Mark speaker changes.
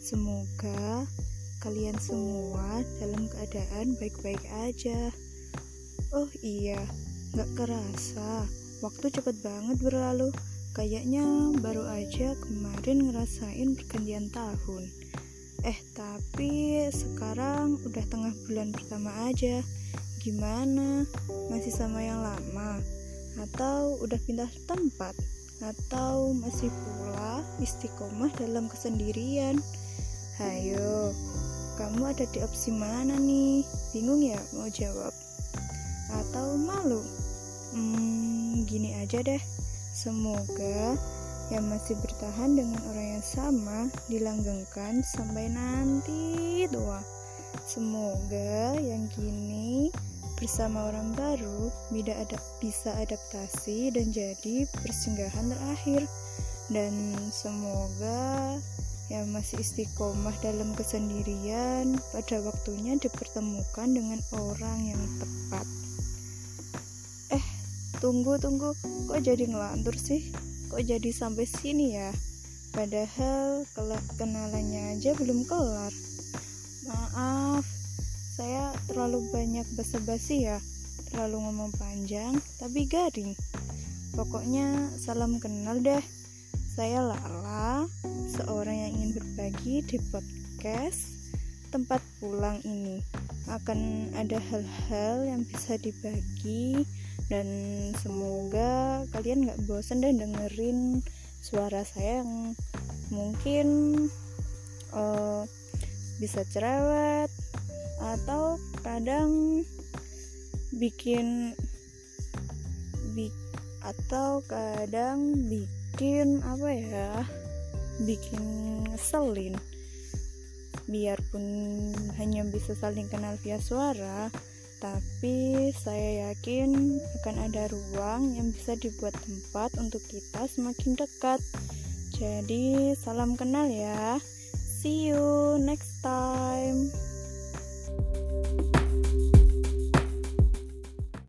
Speaker 1: Semoga kalian semua dalam keadaan baik-baik aja. Oh iya, gak kerasa, waktu cepet banget berlalu. Kayaknya baru aja kemarin ngerasain pergantian tahun. Tapi sekarang udah tengah bulan pertama aja. Gimana? Masih sama yang lama? Atau udah pindah tempat? Atau masih pula istiqomah dalam kesendirian? Hayo, kamu ada di opsi mana nih? Bingung ya mau jawab? Atau malu? Gini aja deh. Semoga yang masih bertahan dengan orang yang sama dilanggengkan sampai nanti tua. Semoga yang kini bersama orang baru bisa adaptasi dan jadi persinggahan terakhir. Dan semoga yang masih istiqomah dalam kesendirian pada waktunya dipertemukan dengan orang yang tepat. Tunggu, kok jadi ngelantur sih? Kok jadi sampai sini ya? Padahal kenalannya aja belum kelar. Maaf, saya terlalu banyak basa-basi ya, terlalu ngomong panjang tapi garing. Pokoknya salam kenal deh. Saya Lala, seorang yang ingin berbagi di podcast tempat pulang ini. Akan ada hal-hal yang bisa dibagi, dan semoga kalian gak bosan dan dengerin suara saya yang mungkin bisa cerewet atau kadang bikin ngeselin. Biarpun hanya bisa saling kenal via suara, tapi saya yakin akan ada ruang yang bisa dibuat tempat untuk kita semakin dekat. Jadi salam kenal ya. See you next time.